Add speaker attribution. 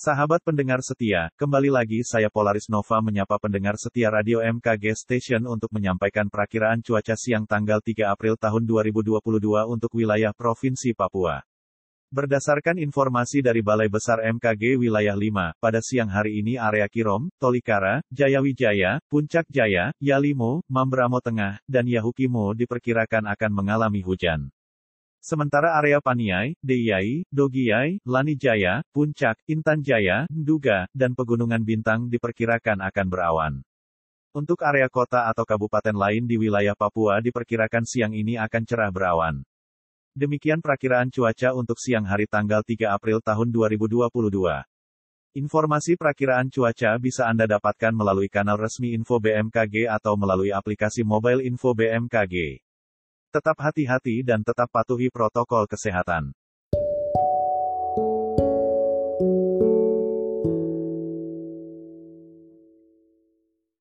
Speaker 1: Sahabat pendengar setia, kembali lagi saya Polaris Nova menyapa pendengar setia Radio MKG Station untuk menyampaikan perakiraan cuaca siang tanggal 3 April tahun 2022 untuk wilayah Provinsi Papua. Berdasarkan informasi dari Balai Besar MKG Wilayah 5, pada siang hari ini area Kirom, Tolikara, Jayawijaya, Puncak Jaya, Yalimo, Mamberamo Tengah, dan Yahukimo diperkirakan akan mengalami hujan. Sementara area Paniai, Deiyai, Dogiyai, Lanijaya, Puncak, Intan Jaya, Nduga, dan Pegunungan Bintang diperkirakan akan berawan. Untuk area kota atau kabupaten lain di wilayah Papua diperkirakan siang ini akan cerah berawan. Demikian perakiraan cuaca untuk siang hari tanggal 3 April tahun 2022. Informasi perakiraan cuaca bisa Anda dapatkan melalui kanal resmi Info BMKG atau melalui aplikasi mobile Info BMKG. Tetap hati-hati dan tetap patuhi protokol kesehatan.